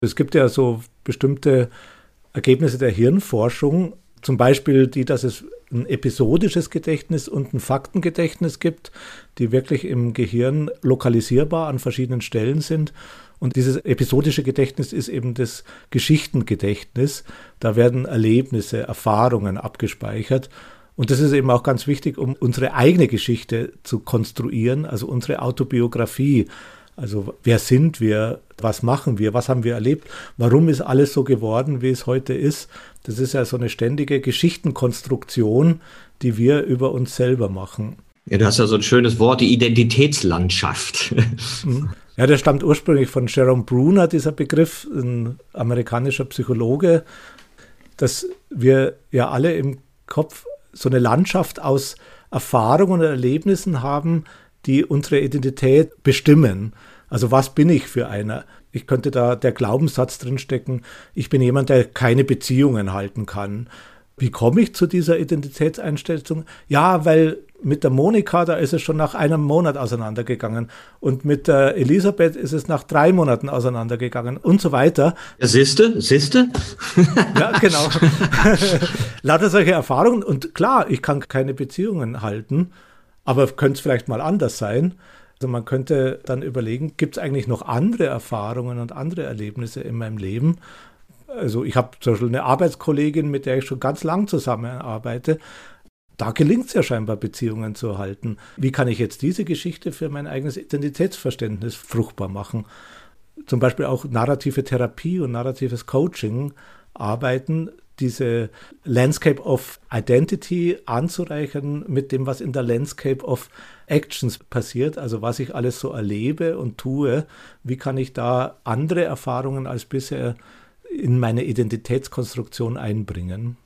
Es gibt ja so bestimmte Ergebnisse der Hirnforschung, zum Beispiel die, dass es ein episodisches Gedächtnis und ein Faktengedächtnis gibt, die wirklich im Gehirn lokalisierbar an verschiedenen Stellen sind. Und dieses episodische Gedächtnis ist eben das Geschichtengedächtnis. Da werden Erlebnisse, Erfahrungen abgespeichert. Und das ist eben auch ganz wichtig, um unsere eigene Geschichte zu konstruieren, also unsere Autobiografie. Also wer sind wir, was machen wir, was haben wir erlebt, warum ist alles so geworden, wie es heute ist. Das ist ja so eine ständige Geschichtenkonstruktion, die wir über uns selber machen. Ja, du hast ja so ein schönes Wort, die Identitätslandschaft. Ja, der stammt ursprünglich von Jerome Bruner, dieser Begriff, ein amerikanischer Psychologe, dass wir ja alle im Kopf so eine Landschaft aus Erfahrungen und Erlebnissen haben, die unsere Identität bestimmen. Also was bin ich für einer? Ich könnte da der Glaubenssatz drinstecken, ich bin jemand, der keine Beziehungen halten kann. Wie komme ich zu dieser Identitätseinstellung? Ja, weil mit der Monika, da ist es schon nach einem Monat auseinandergegangen und mit der Elisabeth ist es nach 3 Monaten auseinandergegangen und so weiter. Ja, siehste? Ja, genau. Lauter solche Erfahrungen und klar, ich kann keine Beziehungen halten, aber könnte es vielleicht mal anders sein? Also man könnte dann überlegen, gibt es eigentlich noch andere Erfahrungen und andere Erlebnisse in meinem Leben? Also ich habe zum Beispiel eine Arbeitskollegin, mit der ich schon ganz lang zusammenarbeite. Da gelingt es ja scheinbar, Beziehungen zu halten. Wie kann ich jetzt diese Geschichte für mein eigenes Identitätsverständnis fruchtbar machen? Zum Beispiel auch narrative Therapie und narratives Coaching arbeiten, diese Landscape of Identity anzureichern mit dem, was in der Landscape of Actions passiert, also was ich alles so erlebe und tue. Wie kann ich da andere Erfahrungen als bisher in meine Identitätskonstruktion einbringen?